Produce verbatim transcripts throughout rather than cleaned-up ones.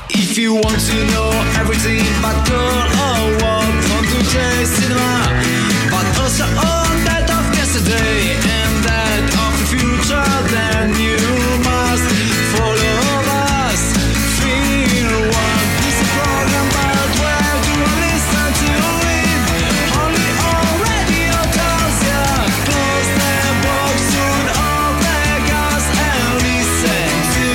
If you want to know everything about girl or what, come to the cinema, but also on that of yesterday and that of the future, then you must follow us. Feel one, this is a program, but where do you listen to it? Only on Radio Tausia. Close the box, soon open gas and listen to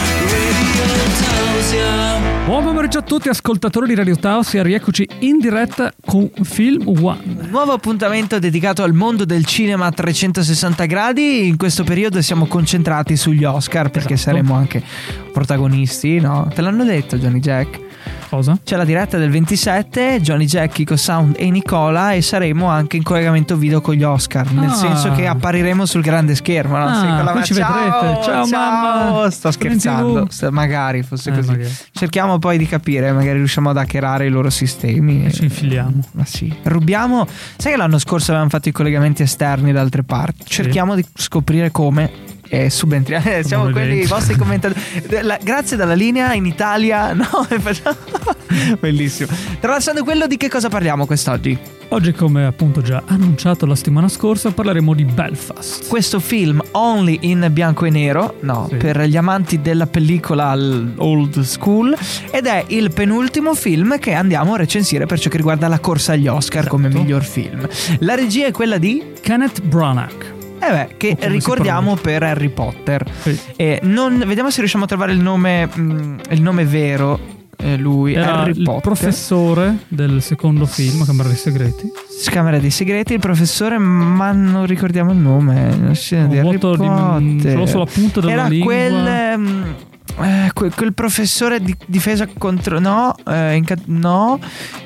Radio Tausia. Buon pomeriggio a tutti ascoltatori di Radio Tausia, rieccoci in diretta con Film One. Nuovo appuntamento dedicato al mondo del cinema a trecentosessanta gradi. In questo periodo siamo concentrati sugli Oscar perché Esatto. saremo anche protagonisti, no? Te l'hanno detto, Johnny Jack? Cosa? C'è la diretta del ventisette, Johnny Jack, Kiko Sound e Nicola, e saremo anche in collegamento video con gli Oscar, nel Ah. senso che appariremo sul grande schermo, no? Ah, Sì, con la- poi ci ciao, vedrete. Ciao, mamma. Sto Sono in scherzando, tivù. St- magari fosse Eh, così. magari. Cerchiamo poi di capire, magari riusciamo ad hackerare i loro sistemi. E ci infiliamo. Ma sì, rubiamo. Sai che l'anno scorso avevamo fatto i collegamenti esterni da altre parti? Cerchiamo di scoprire come. E subentriamo. Eh, siamo lo quelli i vedi? vostri commentatori. La- grazie dalla linea in Italia. No, e facciamo- bellissimo. Tralasciando quello, di che cosa parliamo quest'oggi? Oggi, come appunto già annunciato la settimana scorsa, parleremo di Belfast. Questo film only in bianco e nero, no, Sì. per gli amanti della pellicola al- old school, ed è il penultimo film che andiamo a recensire per ciò che riguarda la corsa agli Oscar Esatto. come miglior film. La regia è quella di Kenneth Branagh. Eh beh, che O come si ricordiamo pronuncia. per Harry Potter. Sì. E non, vediamo se riusciamo a trovare il nome, mh, il nome vero. Eh, lui, Era Harry il Potter. professore del secondo film, Camera dei Segreti. Camera dei Segreti, il professore, ma non ricordiamo il nome. La scena di Ho Harry vuoto di- Potter. solo sulla punta della Era lingua. quel. mh, eh, que- quel professore di difesa contro. No, eh, in ca- no.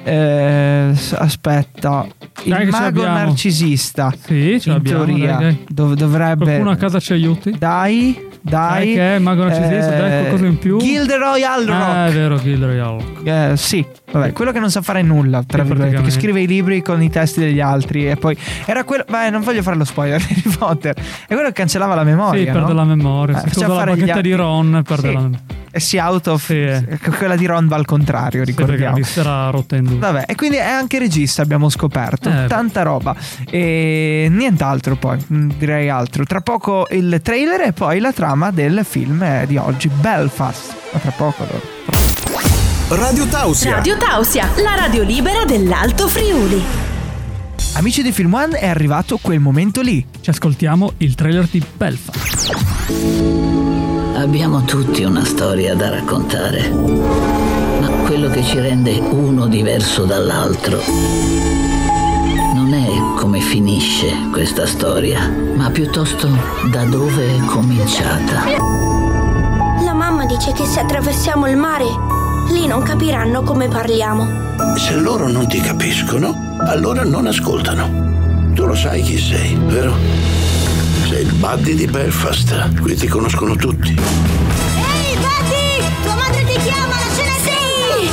Eh, s- aspetta. Il Dai che ce mago l'abbiamo. narcisista. Sì, ce in l'abbiamo. teoria. dai, dai. Dov- dovrebbe. Qualcuno a casa ci aiuti? Dai, dai. Dai che è mago narcisista, dai qualcosa in più. Gilderoy Alrock. Ah, è vero, Gilderoy Alrock. Eh, sì, vabbè, quello che non sa fare nulla, tra Sì, virgolette, che praticamente. scrive i libri con i testi degli altri. E poi era quello. Beh, non voglio fare lo spoiler di Harry Potter. È quello che cancellava la memoria. Sì, perde no? la memoria. Eh, Si faceva scusa la fare gli bacchetta atti. di Ron, perde Sì. la memoria. E si auto. Sì, eh. Quella di Ron va al contrario, Sì, perché ricordiamo. la vista era rotta in due. Vabbè, e quindi è anche regista, abbiamo scoperto. Eh, Tanta roba. E nient'altro poi, mm, direi altro. Tra poco il trailer e poi la trama del film eh, di oggi, Belfast. Ma tra poco allora. Radio Tausia. Radio Tausia, la radio libera dell'Alto Friuli. Amici di Film One, è arrivato quel momento lì. Ci ascoltiamo il trailer di Belfast. Abbiamo tutti una storia da raccontare, ma quello che ci rende uno diverso dall'altro non è come finisce questa storia, ma piuttosto da dove è cominciata. La mamma dice che se attraversiamo il mare, lì non capiranno come parliamo. Se loro non ti capiscono, allora non ascoltano. Tu lo sai chi sei, vero? Sei il buddy di Belfast. Qui ti conoscono tutti. Ehi, Betty! Tua madre ti chiama, la cena è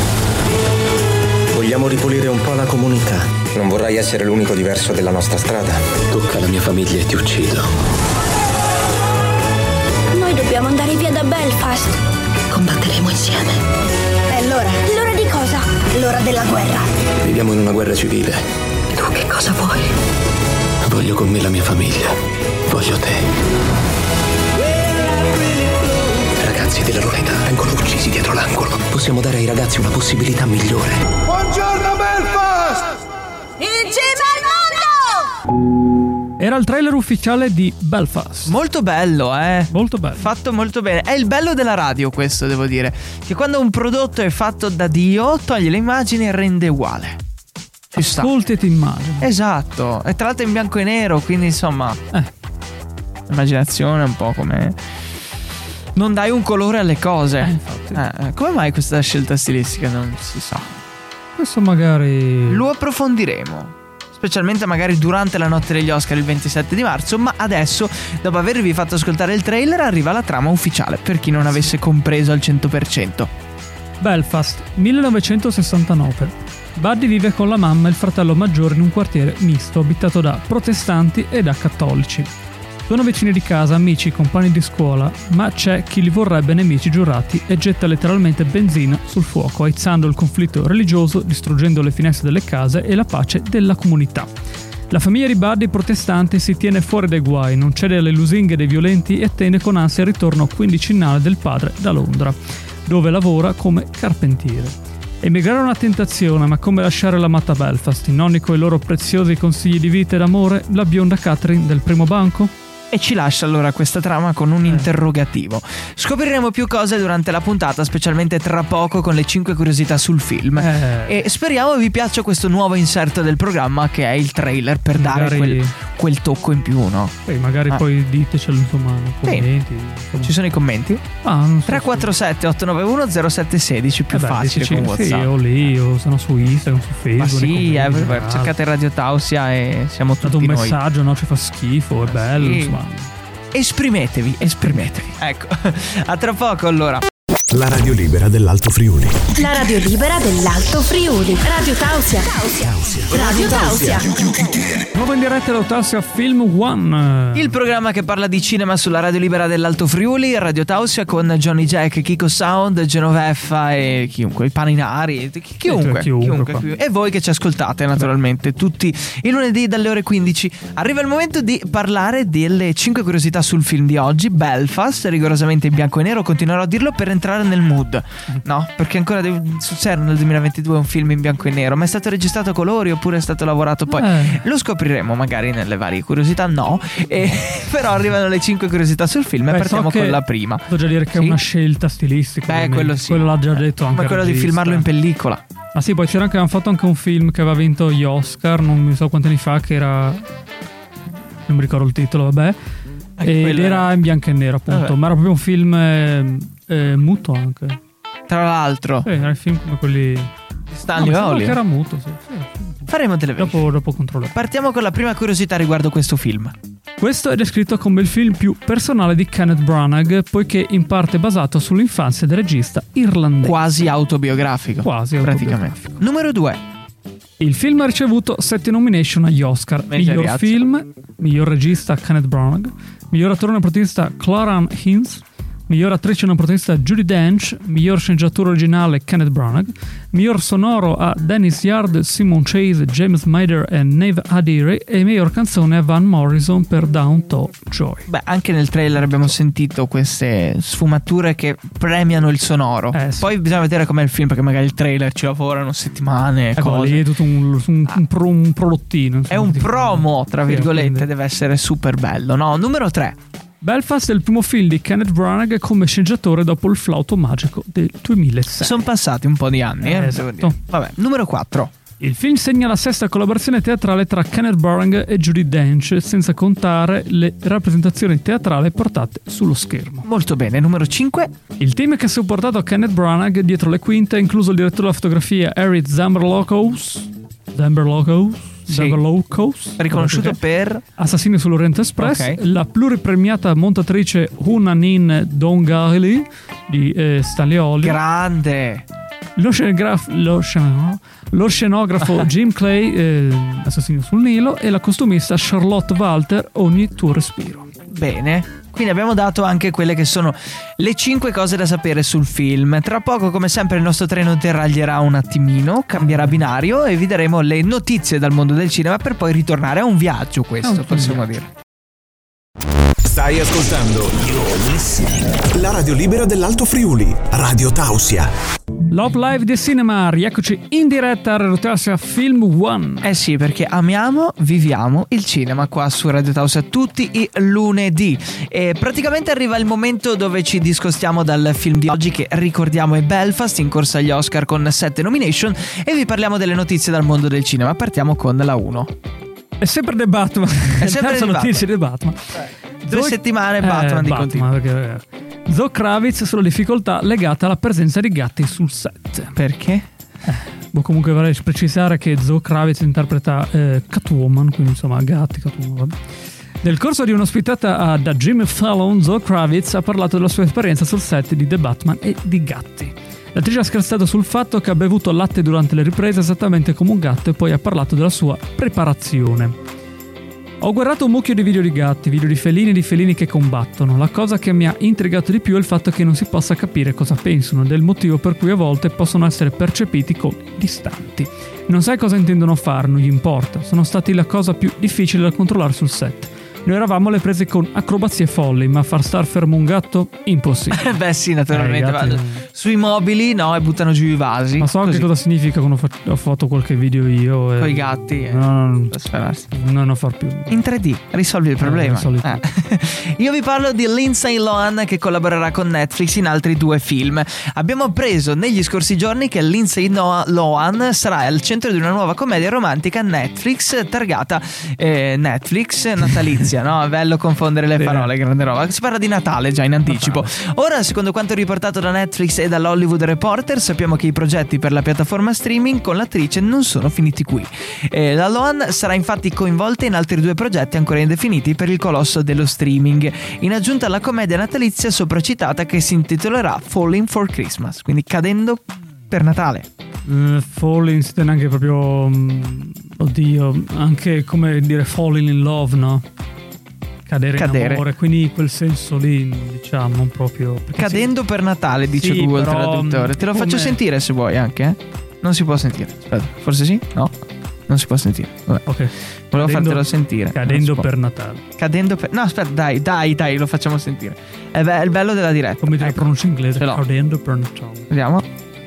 Vogliamo ripulire un po' la comunità. Non vorrai essere l'unico diverso della nostra strada. Tocca la mia famiglia e ti uccido. Noi dobbiamo andare via da Belfast. Combatteremo insieme. È l'ora. L'ora di cosa? L'ora della guerra. Viviamo in una guerra civile. Tu che cosa vuoi? Voglio con me la mia famiglia. Voglio te. Ragazzi della loro età vengono uccisi dietro l'angolo. Possiamo dare ai ragazzi una possibilità migliore. Buongiorno Belfast! Insieme al mondo! Era il trailer ufficiale di Belfast. Molto bello, eh. Molto bello. Fatto molto bene. È il bello della radio, questo devo dire. Che quando un prodotto è fatto da Dio, toglie le immagini e rende uguale. Ci sta. Ascolti e ti immagini. Esatto. E tra l'altro è in bianco e nero, quindi insomma. Eh. Immaginazione un po' come. Non dai un colore alle cose. Eh, infatti. Eh, eh, come mai questa scelta stilistica? Non si sa. Questo magari. Lo approfondiremo. Specialmente magari durante la notte degli Oscar il ventisette di marzo. Ma adesso, dopo avervi fatto ascoltare il trailer, arriva la trama ufficiale, per chi non avesse compreso al cento per cento. Belfast, millenovecentosessantanove. Buddy vive con la mamma e il fratello maggiore in un quartiere misto abitato da protestanti e da cattolici. Sono vicini di casa, amici, compagni di scuola, ma c'è chi li vorrebbe nemici giurati e getta letteralmente benzina sul fuoco, aizzando il conflitto religioso, distruggendo le finestre delle case e la pace della comunità. La famiglia di Buddy, protestante, si tiene fuori dai guai, non cede alle lusinghe dei violenti e attende con ansia il ritorno quindicinale del padre da Londra, dove lavora come carpentiere. Emigrare è una tentazione, ma come lasciare l'amata Belfast, i nonni coi loro preziosi consigli di vita ed amore, la bionda Catherine del primo banco? E ci lascia allora questa trama con un interrogativo. Scopriremo più cose durante la puntata, specialmente tra poco con le cinque curiosità sul film. Eh. E speriamo vi piaccia questo nuovo inserto del programma che è il trailer, per Magari... dare quel, quel tocco in più, no? Poi magari Ah. poi ditecelo, insomma, nei commenti. Insomma. Ci sono i commenti? Ah, non so. tre quattro sette otto nove uno zero sette uno sei, più Eh beh, facile diteci- con sì, WhatsApp. o lì, o se no su Instagram, su Facebook. Ma nei sì, commenti, eh, magari. cercate Radio Tausia e siamo Dato tutti un noi. messaggio, no? Ci fa schifo, è bello, sì. insomma. Esprimetevi, esprimetevi. Ecco, a tra poco allora. La radio libera dell'Alto Friuli. La radio libera dell'Alto Friuli. Radio Tausia. Radio Tausia. Nuovo in diretta da Tausia Film One. Il programma che parla di cinema sulla radio libera dell'Alto Friuli, Radio Tausia, con Johnny Jack, Kiko Sound, Genoveffa e chiunque, i Paninari, chi- chiunque, chiunque chiunque, qua. chiunque. E voi che ci ascoltate naturalmente tutti i lunedì dalle ore quindici. Arriva il momento di parlare delle cinque curiosità sul film di oggi, Belfast, rigorosamente in bianco e nero. Continuerò a dirlo per entrare nel mood, no? Perché ancora deve succedere nel duemilaventidue un film in bianco e nero, ma è stato registrato a colori oppure è stato lavorato poi? Eh. Lo scopriremo magari nelle varie curiosità, no? E, però arrivano le cinque curiosità sul film Beh, e so partiamo che- con la prima. Devo già dire che Sì? è una scelta stilistica. Beh, ovviamente. quello sì. Quello l'ha già detto anche Come il quello di regista. filmarlo in pellicola. Ah sì, poi c'era anche, hanno fatto anche un film che aveva vinto gli Oscar, non mi so quanti anni fa, che era... non mi ricordo il titolo, vabbè. Ecco, Ed quello- era in bianco e nero, appunto. Vabbè. Ma era proprio un film eh, eh, muto anche. Tra l'altro, Sì, era il film come quelli... Stanley no, mi sembra Olio. che era muto, sì. Sì, sì. Faremo delle verifiche. Dopo, dopo controllo. Partiamo con la prima curiosità riguardo questo film. Questo è descritto come il film più personale di Kenneth Branagh, poiché in parte basato sull'infanzia del regista irlandese. Quasi autobiografico. Quasi praticamente. autobiografico. Numero due. Il film ha ricevuto sette nomination agli Oscar. Meglio Miglior ragazzi. film, miglior regista Kenneth Branagh, miglior attore non protagonista Clara Hinds, miglior attrice non protagonista Judi Dench, miglior sceneggiatura originale Kenneth Branagh, miglior sonoro a Dennis Yard, Simon Chase, James Mader e Neve Adiri e miglior canzone a Van Morrison per Down to Joy. Beh, anche nel trailer abbiamo sentito queste sfumature che premiano il sonoro. Eh, sì. Poi bisogna vedere com'è il film, perché magari il trailer ci lavorano settimane, Ecco, cose. lì è tutto un, un, un, pro, un prodottino. È insomma, un che ti fanno. promo, tra Sì, virgolette, quindi- deve essere super bello, no? Numero tre. Belfast è il primo film di Kenneth Branagh come sceneggiatore dopo il flauto magico del duemilasei. Sono passati un po' di anni, eh, Eh, devo esatto. dire. Vabbè, numero quattro. Il film segna la sesta collaborazione teatrale tra Kenneth Branagh e Judi Dench, senza contare le rappresentazioni teatrali portate sullo schermo. Molto bene, numero cinque. Il team che ha supportato Kenneth Branagh dietro le quinte ha incluso il direttore della fotografia Harry Zamberlakos, Zamberlakos, Sì. Zamberlakos, Riconosciuto ok, per... Assassini sull'Oriente Express, Ok. la pluripremiata montatrice Hunanin Dongali di eh, Stanley Olio, Grande. lo, scenograf- lo, sceno- lo scenografo Jim Clay, eh, Assassino sul Nilo, e la costumista Charlotte Walter, Ogni tuo respiro. Bene. Quindi abbiamo dato anche quelle che sono le cinque cose da sapere sul film. Tra poco, come sempre, il nostro treno deraglierà un attimino, cambierà binario e vi daremo le notizie dal mondo del cinema per poi ritornare a un viaggio, questo A un possiamo viaggio. dire. Stai ascoltando la radio libera dell'Alto Friuli, Radio Tausia. Love Live di Cinema, rieccoci in diretta a Radio Tausia Film One. Eh sì, perché amiamo, viviamo il cinema qua su Radio Tausia tutti i lunedì. E praticamente arriva il momento dove ci discostiamo dal film di oggi, che ricordiamo è Belfast, in corsa agli Oscar con sette nomination, e vi parliamo delle notizie dal mondo del cinema. Partiamo con la uno. È sempre The Batman. È sempre Terza The notizia di Batman. Due Zoe- settimane Eh, Batman di continuo. perché Zoe Kravitz sulle difficoltà legate alla presenza di gatti sul set. Perché? Boh, comunque vorrei precisare che Zoe Kravitz interpreta eh, Catwoman, quindi insomma gatti, Catwoman, vabbè. Nel corso di un'ospitata a da Jimmy Fallon, Zoe Kravitz ha parlato della sua esperienza sul set di The Batman e di gatti. L'attrice ha scherzato sul fatto che ha bevuto latte durante le riprese esattamente come un gatto, e poi ha parlato della sua preparazione. Ho guardato un mucchio di video di gatti, video di felini e di felini che combattono. La cosa che mi ha intrigato di più è il fatto che non si possa capire cosa pensano ed è il motivo per cui a volte possono essere percepiti come distanti. Non sai cosa intendono fare, non gli importa. Sono stati la cosa più difficile da controllare sul set. Noi eravamo alle prese con acrobazie folli, ma far star fermo un gatto? Impossibile. Beh sì, naturalmente. Eh, gatti... Vado sui mobili, no, e buttano giù i vasi. Ma so così. anche cosa significa quando ho fatto qualche video io. E... Con i gatti. Eh. No, no, no, non far più. In tre D, risolvi il problema. Eh, eh. Io vi parlo di Lindsay Lohan che collaborerà con Netflix in altri due film. Abbiamo appreso negli scorsi giorni che Lindsay Lohan sarà al centro di una nuova commedia romantica Netflix targata eh, Netflix natalizia. No, è bello confondere le parole, grande roba. Si parla di Natale già in anticipo. Ora, secondo quanto riportato da Netflix e dall'Hollywood Reporter, sappiamo che i progetti per la piattaforma streaming con l'attrice non sono finiti qui. Eh, la Lohan sarà infatti coinvolta in altri due progetti ancora indefiniti per il colosso dello streaming, in aggiunta alla commedia natalizia sopracitata che si intitolerà Falling for Christmas, quindi cadendo per Natale. Uh, falling si tende anche proprio um, oddio, anche come dire falling in love, no? Cadere, Cadere. in amore, quindi quel senso lì, diciamo, non proprio cadendo sì. per Natale, dice sì, Google però, Traduttore. Te lo come... faccio sentire se vuoi anche, eh? Non si può sentire. Aspetta, forse sì? No. Non si può sentire. Vabbè. Ok. Volevo cadendo, fartelo sentire. Cadendo per Natale. Cadendo per No, aspetta, dai, dai, dai, lo facciamo sentire. È, be- è il bello della diretta. Come dire ecco. pronuncia inglese? Cadendo per Natale. Vediamo.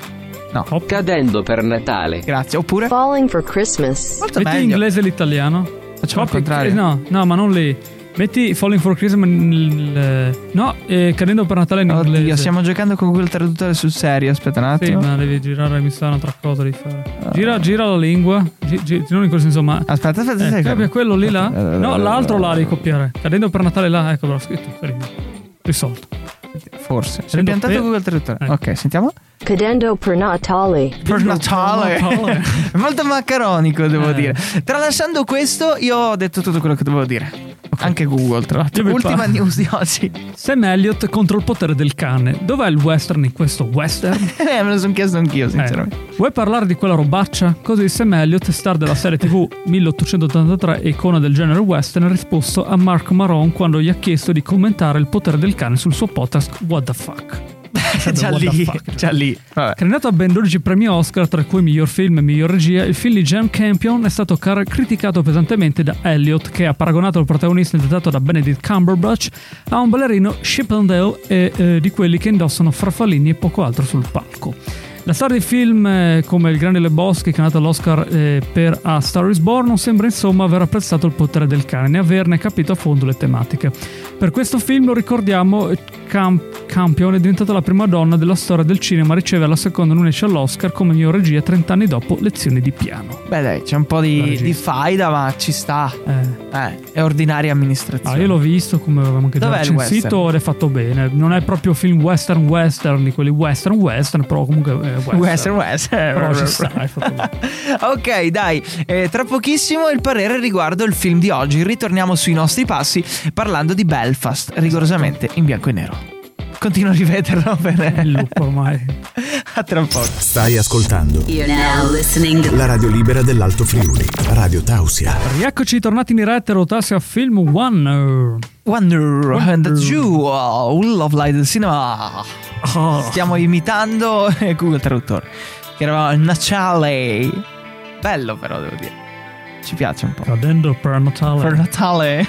No. Oh. Cadendo per Natale. Grazie. Oppure Falling for Christmas. Molto metti meglio. in inglese e l'italiano. Facciamo il Copy, contrario. No, no, ma non lì. Metti Falling for Christmas nel... No, eh, cadendo per Natale in Oddio, inglese. stiamo giocando con Google Traduttore sul serio. Aspetta un Sì, attimo. ma devi girare, mi sa un'altra cosa di fare. Gira, gira la lingua. Gi- gi- non in quel senso, ma. Aspetta, aspetta, eh, aspetta. copia quello lì là. No, l'altro là devi copiare. Cadendo per Natale là, ecco, l'ho scritto. Risolto. Forse. Si è piantato per... Google Traduttore. Ecco. Ok, sentiamo. Cadendo per Natale. Per Natale. Natale. Molto maccaronico, devo Eh. dire. Tralasciando questo, io ho detto tutto quello che dovevo dire. Okay. Anche Google, tra l'altro. Io Ultima parlo. news di oggi. Sam Elliott contro il potere del cane. Dov'è il western in questo western? Eh, me lo sono chiesto anch'io, sinceramente. Eh. Vuoi parlare di quella robaccia? Così Sam Elliott, star della serie tivù milleottocentottantatré e icona del genere western, ha risposto a Mark Maron quando gli ha chiesto di commentare il potere del cane sul suo podcast What the Fuck. già What lì, the fuck, già lì. Vabbè. Candidato a ben dodici premi Oscar, tra cui miglior film e miglior regia, il film di Jane Campion è stato car- criticato pesantemente da Elliott, che ha paragonato il protagonista interpretato da Benedict Cumberbatch a un ballerino Chippendale e eh, di quelli che indossano farfallini e poco altro sul palco. La star di film eh, come Il Grande Lebowski, candidato all'Oscar eh, per A Star is Born, non sembra insomma aver apprezzato il potere del cane né averne capito a fondo le tematiche. Per questo film, lo ricordiamo, Camp- Campion è diventata la prima donna della storia del cinema a ricevere la seconda nomination all'Oscar come miglior regia trenta anni dopo Lezioni di piano. Beh dai, c'è un po' di, di faida, ma ci sta. Eh. Eh, è ordinaria amministrazione. Ah, io l'ho visto, come avevamo anche già Dov'è il recensito, western? ed è fatto bene. Non è proprio film western western di quelli western western, però comunque è western. Western, western. Però ci sta, è fatto bene. Ok, dai, eh, tra pochissimo il parere riguardo il film di oggi. Ritorniamo sui nostri passi parlando di Belfast, rigorosamente in bianco e nero. Continuo a ripeterlo per il loop ormai. A tra poco. Stai ascoltando You're now listening to la radio libera dell'Alto Friuli, Radio Tausia. Rieccoci tornati in diretta a Rotasia Film One. Wonder and the Jewel, Love Light del cinema. Oh. Stiamo imitando Google Traduttore, che eravamo il Natale. Bello però, devo dire. Ci piace un po'. Cadendo per Natale. Per Natale.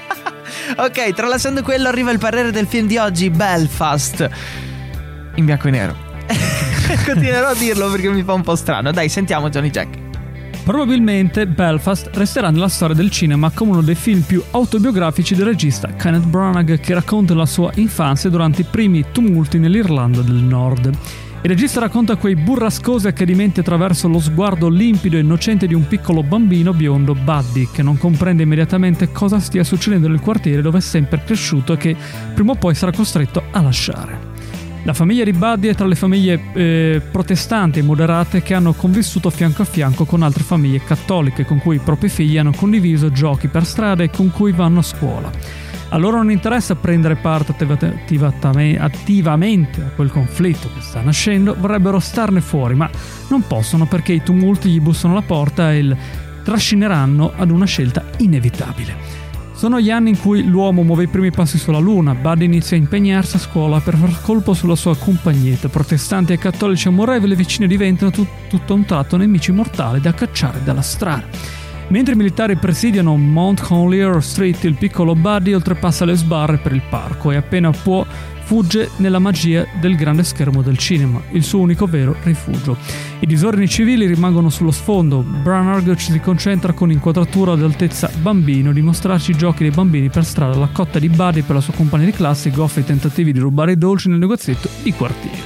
Ok, tralasciando quello, arriva il parere del film di oggi, Belfast, in bianco e nero. Continuerò a dirlo perché mi fa un po' strano. Dai, sentiamo Johnny Jack. Probabilmente Belfast resterà nella storia del cinema come uno dei film più autobiografici del regista Kenneth Branagh, che racconta la sua infanzia durante i primi tumulti nell'Irlanda del Nord. Il regista racconta quei burrascosi accadimenti attraverso lo sguardo limpido e innocente di un piccolo bambino biondo, Buddy, che non comprende immediatamente cosa stia succedendo nel quartiere dove è sempre cresciuto e che prima o poi sarà costretto a lasciare. La famiglia di Buddy è tra le famiglie eh, protestanti e moderate che hanno convissuto fianco a fianco con altre famiglie cattoliche con cui i propri figli hanno condiviso giochi per strada e con cui vanno a scuola. A loro non interessa prendere parte attivamente a quel conflitto che sta nascendo, vorrebbero starne fuori, ma non possono perché i tumulti gli bussano alla porta e il trascineranno ad una scelta inevitabile. Sono gli anni in cui l'uomo muove i primi passi sulla Luna. Buddy inizia a impegnarsi a scuola per far colpo sulla sua compagnietta. Protestanti e cattolici amorevoli, le vicine diventano tut- tutto a un tratto nemici mortali da cacciare dalla strada. Mentre i militari presidiano Mount Collier Street, il piccolo Buddy oltrepassa le sbarre per il parco e appena può fugge nella magia del grande schermo del cinema, il suo unico vero rifugio. I disordini civili rimangono sullo sfondo. Branagh ci si concentra con inquadratura ad altezza bambino di mostrarci i giochi dei bambini per strada, la cotta di Buddy per la sua compagna di classe, i goffi tentativi di rubare i dolci nel negozietto di quartiere.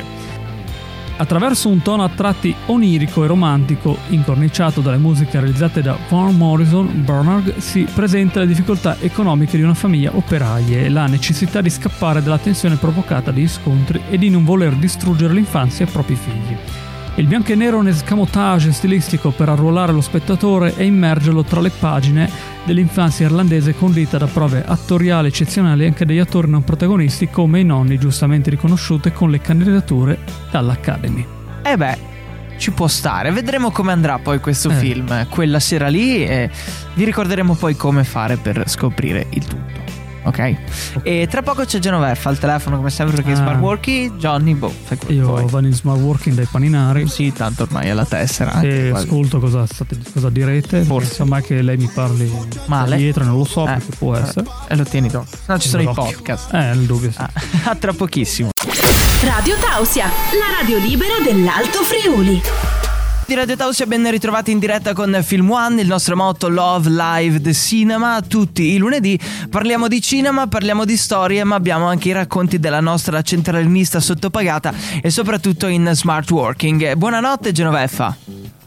Attraverso un tono a tratti onirico e romantico, incorniciato dalle musiche realizzate da Van Morrison, Branagh si presenta le difficoltà economiche di una famiglia operaia e la necessità di scappare dalla tensione provocata dagli scontri e di non voler distruggere l'infanzia ai propri figli. Il bianco e nero è un escamotage stilistico per arruolare lo spettatore e immergerlo tra le pagine dell'infanzia irlandese condita da prove attoriali eccezionali anche degli attori non protagonisti come i nonni giustamente riconosciute con le candidature dall'Academy. Eh beh, ci può stare, vedremo come andrà poi questo Eh. film quella sera lì e vi ricorderemo poi come fare per scoprire il tutto. Ok? E tra poco c'è Genoveffa al telefono come sempre perché è Ah. smart working. Johnny, boh, fai quello che Io vuoi. vado in smart working dai paninari Sì, tanto ormai è la tessera anche e quasi. ascolto cosa, state, cosa direte. Forse. Forse mai che lei mi parli Male? dietro, non lo so Eh, perché può eh, essere. E lo tieni dopo. No, ci sono i L'occhio. podcast. Eh, nel dubbio sì. Ah, a tra pochissimo. Radio Tausia, la radio libera dell'Alto Friuli. Di Radio Tausia, ben ritrovati in diretta con Film One, il nostro motto Love Live the Cinema. Tutti i lunedì parliamo di cinema, parliamo di storie, ma abbiamo anche i racconti della nostra centralinista sottopagata e soprattutto in smart working. Buonanotte Genoveffa.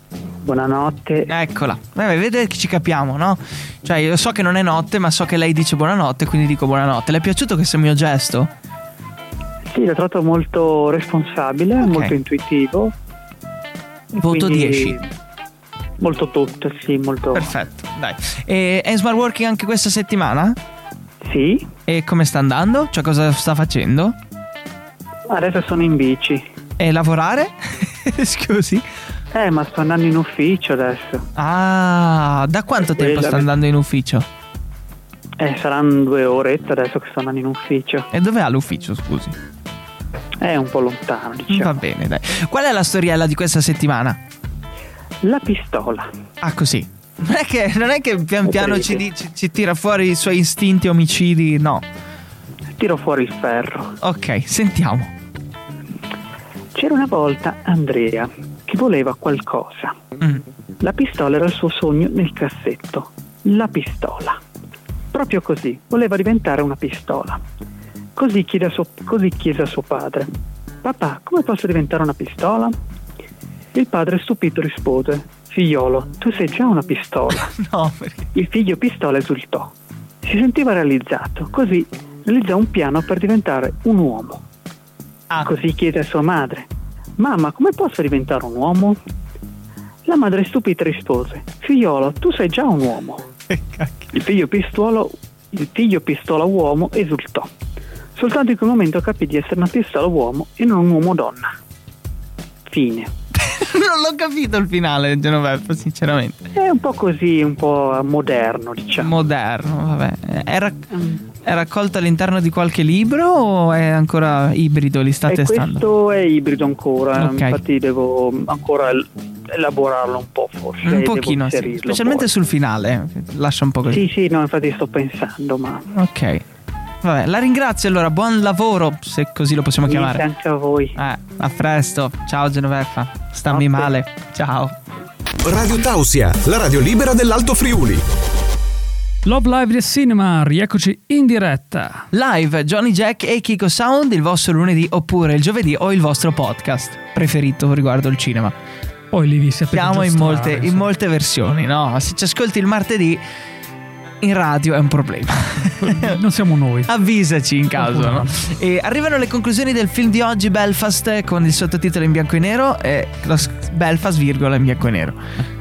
Buonanotte. Eccola. Eh, vede che ci capiamo, no? Cioè io so che non è notte, ma so che lei dice buonanotte, quindi dico buonanotte. Le è piaciuto questo mio gesto? Sì, l'ho trovato molto responsabile, Ok. molto intuitivo. E Voto quindi dieci. Molto tutto, sì, molto. Perfetto, dai. E è in smart working anche questa settimana? Sì. E come sta andando? Cioè cosa sta facendo? Adesso sono in bici. E lavorare? Scusi. Eh, ma sto andando in ufficio adesso. Ah, da quanto tempo Quella- sta andando in ufficio? Eh, saranno due orette adesso che sto andando in ufficio. E dove ha l'ufficio, scusi? È un po' lontano, diciamo. Va bene, dai. Qual è la storiella di questa settimana? La pistola. Ah, così. Non è che, non è che pian piano Vedrete. ci, di- ci- ci tira fuori i suoi istinti omicidi, no. Tiro fuori il ferro. Ok, sentiamo. C'era una volta Andrea che voleva qualcosa. Mm. La pistola era il suo sogno nel cassetto. La pistola. Proprio così, voleva diventare una pistola. Così chiese a suo, così chiese a suo padre: papà, come posso diventare una pistola? Il padre stupito rispose: figliolo, tu sei già una pistola. No, perché? Il figlio pistola esultò. Si sentiva realizzato, così realizzò un piano per diventare un uomo. Ah, Così chiese a sua madre: mamma, come posso diventare un uomo? La madre stupita rispose: figliolo, tu sei già un uomo. che cacchio. Il figlio pistola, il figlio pistola uomo esultò. Soltanto in quel momento capì di essere una pistola uomo e non un uomo donna. Fine. Non l'ho capito il finale, Genoveffa, sinceramente. È un po' così, un po' moderno, diciamo. Moderno, vabbè. È, rac- Mm. è raccolto all'interno di qualche libro o è ancora ibrido? Li sta E testando? questo è ibrido ancora, Ok. infatti devo ancora el- elaborarlo un po', forse. Un devo pochino, sì. inserirlo Specialmente poi. sul finale. Lascia un po' così. Sì, sì, no, infatti sto pensando, ma Ok. Vabbè, la ringrazio allora, buon lavoro, se così lo possiamo niente, chiamare. anche a voi. Eh, a presto. Ciao Genoveffa. Stammi Notte. male. Ciao. Radio Tausia, la radio libera dell'Alto Friuli. Love Live del Cinema, rieccoci in diretta. Live Johnny Jack e Kiko Sound il vostro lunedì oppure il giovedì o il vostro podcast preferito riguardo il cinema. Poi lì vi sapete Siamo in giostrare, molte, in insomma. molte versioni, no? Se ci ascolti il martedì in radio è un problema. Non siamo noi. Avvisaci in caso, no? Oppure E arrivano le conclusioni del film di oggi, Belfast, con il sottotitolo in bianco e nero e lo s- Belfast virgola in bianco e nero.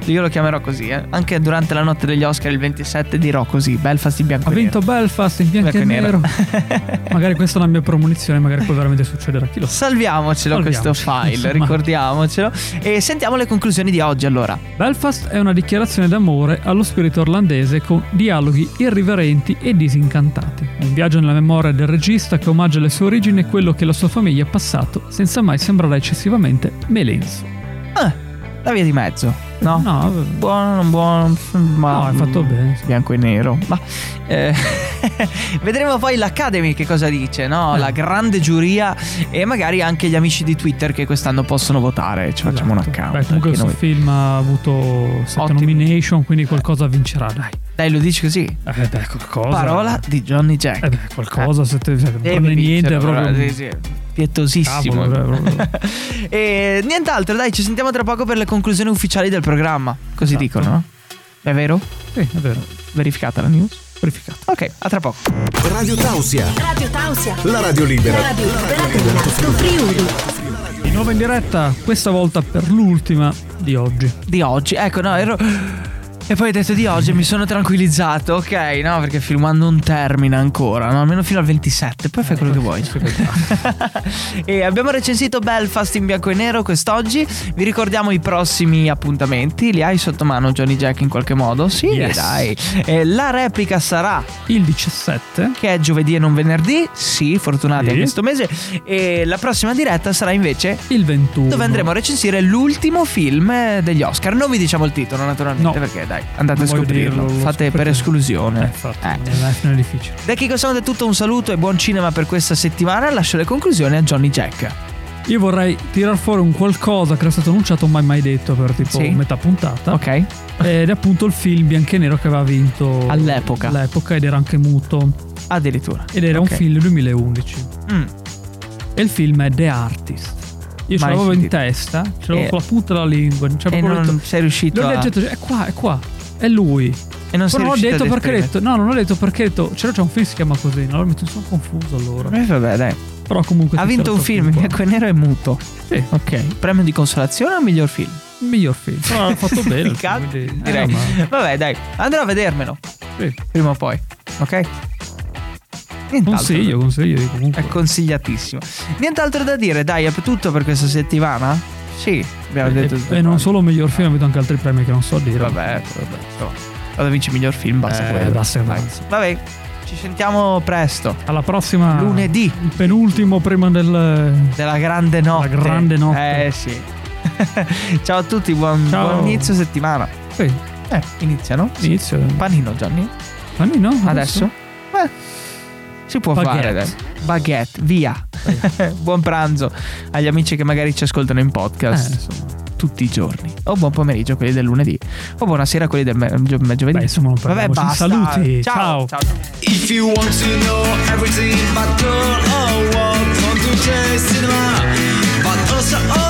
io lo chiamerò così, eh. Anche durante la notte degli Oscar il ventisette dirò così: Belfast in bianco Ha e nero. vinto Belfast in bianco e nero. Magari questa è una mia premonizione, magari poi veramente succederà, chi lo sa. Salviamocelo questo file, insomma. ricordiamocelo. E sentiamo le conclusioni di oggi allora. Belfast è una dichiarazione d'amore allo spirito irlandese con dialoghi irriverenti e disincantati. Un viaggio nella memoria del regista che omaggia le sue origini e quello che la sua famiglia ha passato senza mai sembrare eccessivamente melenso. Ah, la via di mezzo, no? No, buono, non buono, ma no, hai fatto bene. Bianco e nero. Ma eh, vedremo poi l'Academy che cosa dice, no? Eh. La grande giuria e magari anche gli amici di Twitter che quest'anno possono votare. Ci facciamo un account. Beh, comunque anche questo noi. film ha avuto sette Ottimo. nomination, quindi qualcosa vincerà, dai. Dai, lo dici così? Eh beh, qualcosa. Parola di Johnny Jack. Eh beh, qualcosa, se te, se non Deve prende niente, è vincere, proprio sì, sì. Pietosissimo. Cavolo, è proprio- E nient'altro, dai, ci sentiamo tra poco per le conclusioni ufficiali del programma. Così Esatto. dicono, no? È vero? Sì, è vero. Verificata la news? Verificato. Ok, a tra poco. Radio Tausia, Radio Tausia. la radio libera. La radio libera dell'Alto Friuli. Di nuovo in diretta, questa volta per l'ultima di oggi. Di oggi, ecco, no, ero. E poi hai detto di oggi, mi sono tranquillizzato, ok, no, perché il film non termina ancora, no, almeno fino al ventisette, poi fai quello che vuoi. E abbiamo recensito Belfast in bianco e nero quest'oggi. Vi ricordiamo i prossimi appuntamenti, li hai sotto mano Johnny Jack in qualche modo? Sì, Yes. dai. E la replica sarà Il diciassette. che è giovedì e non venerdì, sì, fortunati Sì. a questo mese. E la prossima diretta sarà invece Il ventuno. dove andremo a recensire l'ultimo film degli Oscar. Non vi diciamo il titolo naturalmente, No. perché dai, andate Non a voglio scoprirlo. dirlo, lo Fate per scoprirete. esclusione. Eh, infatti, Eh. non è difficile. Da Kiko Sound è tutto, un saluto e buon cinema per questa settimana. Lascio le conclusioni a Johnny Jack. Io vorrei tirar fuori un qualcosa che era stato annunciato mai mai detto per tipo Sì. metà puntata. Ok? Ed è appunto il film bianco e nero che aveva vinto All'epoca. all'epoca ed era anche muto. Addirittura. Ed era Ok. un film del duemilaundici. Mm. E il film è The Artist. Io ce Mai l'avevo in sentito. testa, ce l'avevo E- con la punta della lingua. Non c'è E proprio non detto- sei riuscito L'ho a. detto, è qua, è qua, è lui. E non sei Però non ho riuscito detto ad perché ho detto, esprimere. no, non ho detto perché ho detto, c'era già un film che si chiama così, no? Allora mi sono confuso allora. Eh, vabbè, dai. Però comunque Ha ti vinto tiro un sto film in qua. bianco e nero e muto. Sì, Ok. Premio di consolazione o miglior film? il miglior film. Però l'ha fatto bene. il Il film, cazzo, quindi- direi. eh, ma- Vabbè, dai, andrò a vedermelo sì. prima o poi. Ok? Nient'altro. Consiglio, consiglio comunque. È consigliatissimo. Nient'altro da dire, dai, è tutto per questa settimana? Sì, abbiamo detto E, tutto e non qua. solo miglior film, ha avuto anche altri premi che non so dire. Vabbè, vabbè, insomma. Quando vinci miglior film basta Eh, quello. basta, Dai. basta. Vabbè, ci sentiamo presto. Alla prossima. Lunedì. Il penultimo prima del. Della grande notte. La grande notte. Eh sì. Ciao a tutti, buon, Ciao. buon inizio settimana. Sì, Eh, iniziano. inizio. Panino, Gianni. Anni no? Adesso? Eh, si può Baguette. fare, dai. Baguette, via. Buon pranzo agli amici che magari ci ascoltano in podcast Eh, insomma. tutti i giorni. O buon pomeriggio a quelli del lunedì. O buonasera a quelli del me- gio- giovedì. Beh, insomma, non Vabbè, parliamoci. basta. Saluti. Ciao. Ciao. Ciao. If you want to know everything about girl or what, come to taste cinema, but also